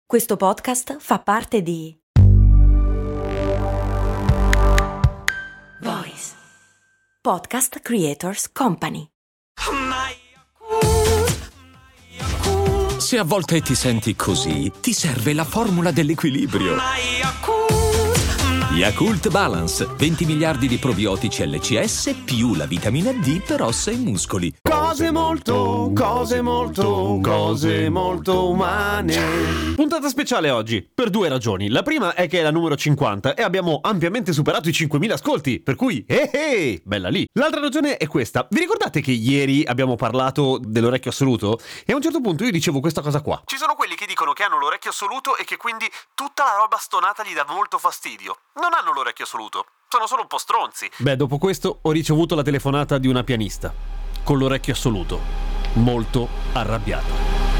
Questo podcast fa parte di Voice Podcast Creators Company. Se a volte ti senti così, ti serve la formula dell'equilibrio. Yakult Balance, 20 miliardi di probiotici LCS più la vitamina D per ossa e muscoli. Cose molto umane. Puntata speciale oggi, per due ragioni. La prima è che è la numero 50 e abbiamo ampiamente superato i 5.000 ascolti, per cui, bella lì. L'altra ragione è questa. Vi ricordate che ieri abbiamo parlato dell'orecchio assoluto? E a un certo punto io dicevo questa cosa qua. Ci sono quelli che dicono che hanno l'orecchio assoluto e che quindi tutta la roba stonata gli dà molto fastidio. Non hanno l'orecchio assoluto, sono solo un po' stronzi. Beh, dopo questo ho ricevuto la telefonata di una pianista con l'orecchio assoluto, molto arrabbiata.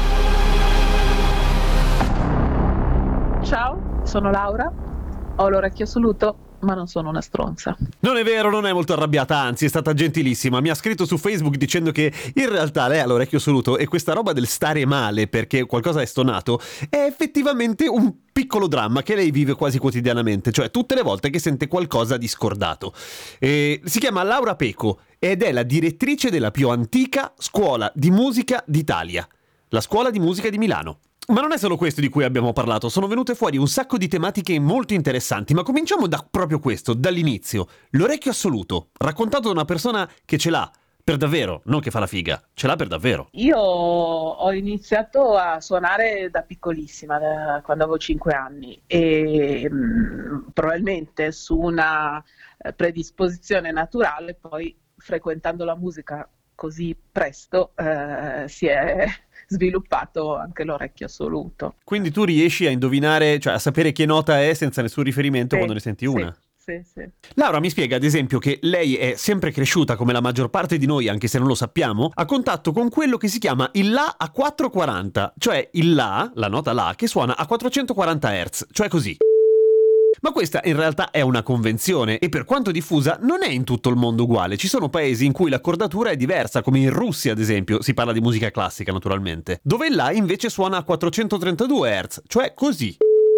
Ciao, sono Laura, ho l'orecchio assoluto, ma non sono una stronza. Non è vero, non è molto arrabbiata, anzi è stata gentilissima. Mi ha scritto su Facebook dicendo che in realtà lei ha l'orecchio assoluto e questa roba del stare male perché qualcosa è stonato è effettivamente un piccolo dramma che lei vive quasi quotidianamente, cioè tutte le volte che sente qualcosa di scordato. Si chiama Laura Peco ed è la direttrice della più antica scuola di musica d'Italia, la Scuola di Musica di Milano. Ma non è solo questo di cui abbiamo parlato, sono venute fuori un sacco di tematiche molto interessanti, ma cominciamo da proprio questo, dall'inizio. L'orecchio assoluto, raccontato da una persona che ce l'ha per davvero, non che fa la figa, ce l'ha per davvero. Io ho iniziato a suonare da piccolissima, quando avevo 5 anni e probabilmente su una predisposizione naturale, poi frequentando la musica così presto si è sviluppato anche l'orecchio assoluto. Quindi tu riesci a indovinare, cioè a sapere che nota è senza nessun riferimento quando ne senti una? Sì. Laura mi spiega ad esempio che lei è sempre cresciuta, come la maggior parte di noi, anche se non lo sappiamo, a contatto con quello che si chiama il La a 440, cioè il La, la nota La, che suona a 440 Hz, cioè così. Ma questa in realtà è una convenzione e per quanto diffusa non è in tutto il mondo uguale. Ci sono paesi in cui l'accordatura è diversa, come in Russia ad esempio, si parla di musica classica naturalmente, dove il La invece suona a 432 Hz, cioè così.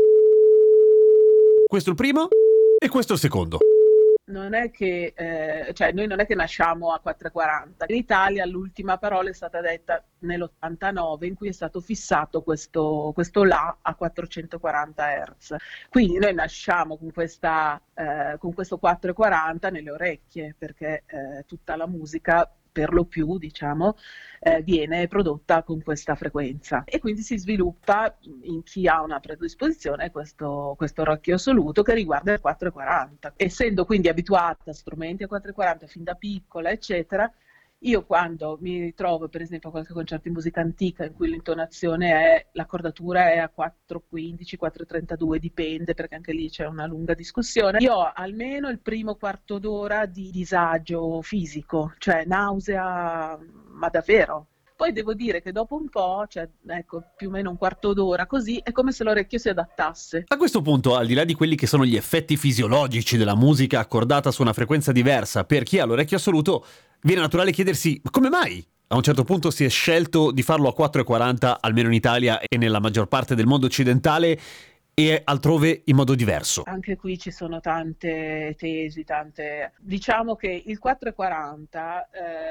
Questo è il primo e questo è il secondo. Non è che, noi non è che nasciamo a 440. In Italia l'ultima parola è stata detta nell'89, in cui è stato fissato questo La a 440 Hz. Quindi noi nasciamo con questo 440 nelle orecchie, perché tutta la musica, per lo più, diciamo, viene prodotta con questa frequenza e quindi si sviluppa in chi ha una predisposizione questo orecchio assoluto che riguarda il 440. Essendo quindi abituata a strumenti a 440 fin da piccola, eccetera, io quando mi ritrovo per esempio a qualche concerto di musica antica in cui l'accordatura è a 415, 432, dipende perché anche lì c'è una lunga discussione, io ho almeno il primo quarto d'ora di disagio fisico, cioè nausea, ma davvero. Poi devo dire che dopo un po', più o meno un quarto d'ora così, è come se l'orecchio si adattasse. A questo punto, al di là di quelli che sono gli effetti fisiologici della musica accordata su una frequenza diversa per chi ha l'orecchio assoluto, viene naturale chiedersi come mai a un certo punto si è scelto di farlo a 4,40, almeno in Italia e nella maggior parte del mondo occidentale, e altrove in modo diverso. Anche qui ci sono tante tesi, diciamo che il 440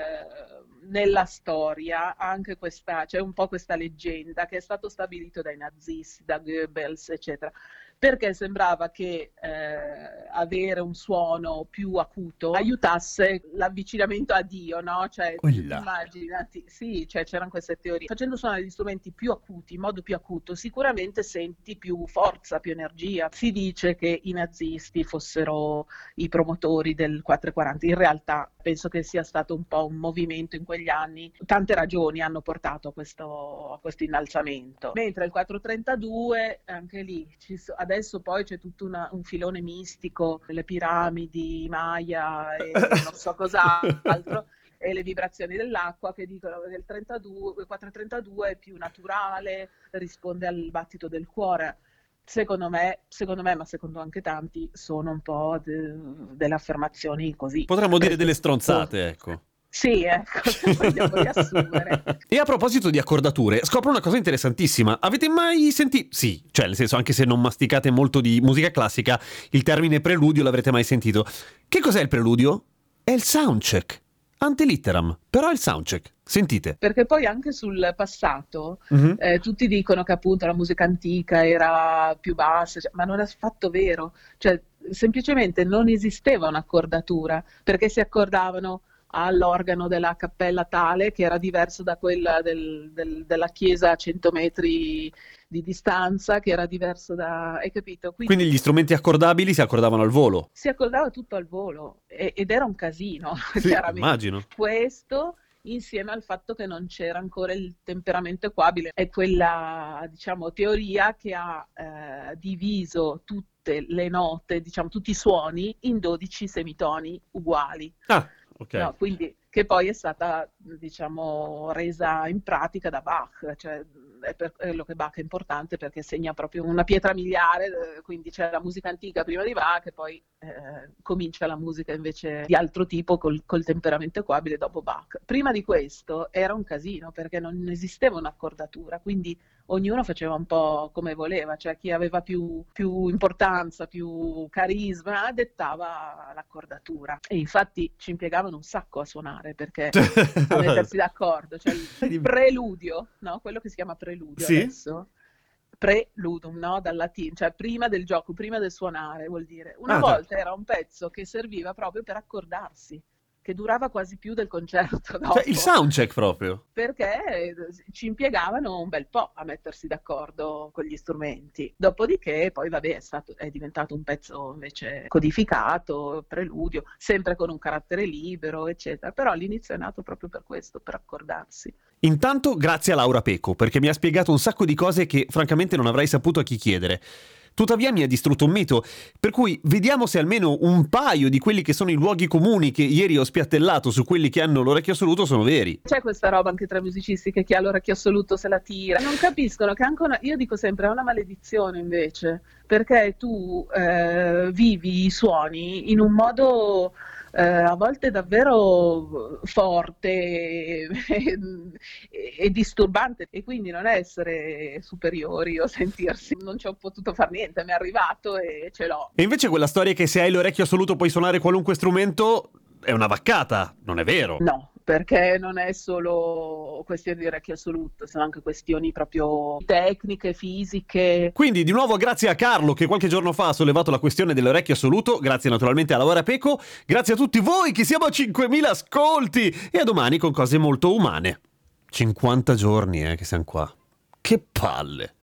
nella storia ha anche c'è un po' questa leggenda che è stato stabilito dai nazisti, da Goebbels, eccetera, perché sembrava che avere un suono più acuto aiutasse l'avvicinamento a Dio, no? Cioè, immaginati, sì, cioè c'erano queste teorie. Facendo suonare gli strumenti più acuti, in modo più acuto, sicuramente senti più forza, più energia. Si dice che i nazisti fossero i promotori del 440. In realtà penso che sia stato un po' un movimento in quegli anni. Tante ragioni hanno portato a questo innalzamento. Mentre il 432, anche lì, adesso poi c'è tutto un filone mistico, le piramidi, Maya e non so cos'altro, e le vibrazioni dell'acqua che dicono che il 432 è più naturale, risponde al battito del cuore. Secondo me, ma secondo anche tanti, sono un po' delle affermazioni così. Potremmo dire delle stronzate, ecco. Sì, ecco, se vogliamo riassumere. E a proposito di accordature, scopro una cosa interessantissima. Avete mai sentito? Sì, cioè nel senso, anche se non masticate molto di musica classica, il termine preludio l'avrete mai sentito. Che cos'è il preludio? È il soundcheck. Ante litteram, però è il soundcheck. Sentite. Perché poi anche sul passato Mhm. tutti dicono che appunto la musica antica era più bassa, ma non è affatto vero. Cioè, semplicemente non esisteva un'accordatura, perché si accordavano all'organo della cappella tale che era diverso da quella della chiesa a 100 metri di distanza, che era diverso da... Hai capito? Quindi Quindi gli strumenti accordabili si accordavano al volo. si accordava tutto al volo ed era un casino, Sì, chiaramente. immagino. Questo insieme al fatto che non c'era ancora il temperamento equabile, è quella, diciamo, teoria che ha diviso tutte le note, diciamo, tutti i suoni in 12 semitoni uguali. Ah, ok. No, quindi che poi è stata, diciamo, resa in pratica da Bach, cioè è per quello che Bach è importante perché segna proprio una pietra miliare, quindi c'è la musica antica prima di Bach e poi comincia la musica invece di altro tipo col temperamento equabile dopo Bach. Prima di questo era un casino perché non esisteva un'accordatura, quindi ognuno faceva un po' come voleva, cioè chi aveva più importanza, più carisma, dettava l'accordatura. E infatti ci impiegavano un sacco a suonare perché a mettersi d'accordo, cioè il preludio, no? Quello che si chiama preludio Sì? adesso. Preludum, no? Dal latino, cioè prima del gioco, prima del suonare, vuol dire. Una Ah, già. volta era un pezzo che serviva proprio per accordarsi, che durava quasi più del concerto Cioè il dopo soundcheck proprio. perché ci impiegavano un bel po' a mettersi d'accordo con gli strumenti. Dopodiché, poi, vabbè, è diventato un pezzo invece codificato, preludio, sempre con un carattere libero, eccetera. Però all'inizio è nato proprio per questo, per accordarsi. Intanto grazie a Laura Peco, perché mi ha spiegato un sacco di cose che francamente non avrei saputo a chi chiedere. Tuttavia mi ha distrutto un mito, per cui vediamo se almeno un paio di quelli che sono i luoghi comuni che ieri ho spiattellato su quelli che hanno l'orecchio assoluto sono veri. C'è questa roba anche tra i musicisti che chi ha l'orecchio assoluto se la tira. Non capiscono che anche io dico sempre, è una maledizione invece, perché tu vivi i suoni in un modo a volte davvero forte e disturbante e quindi non è essere superiori o sentirsi non ci ho potuto far niente, mi è arrivato e ce l'ho. E invece quella storia che se hai l'orecchio assoluto puoi suonare qualunque strumento è una vaccata, non è vero? No, perché non è solo questione di orecchio assoluto, sono anche questioni proprio tecniche, fisiche. Quindi di nuovo grazie a Carlo che qualche giorno fa ha sollevato la questione dell'orecchio assoluto, grazie naturalmente a Laura Peco, grazie a tutti voi che siamo a 5.000 ascolti e a domani con cose molto umane. 50 giorni che siamo qua. Che palle!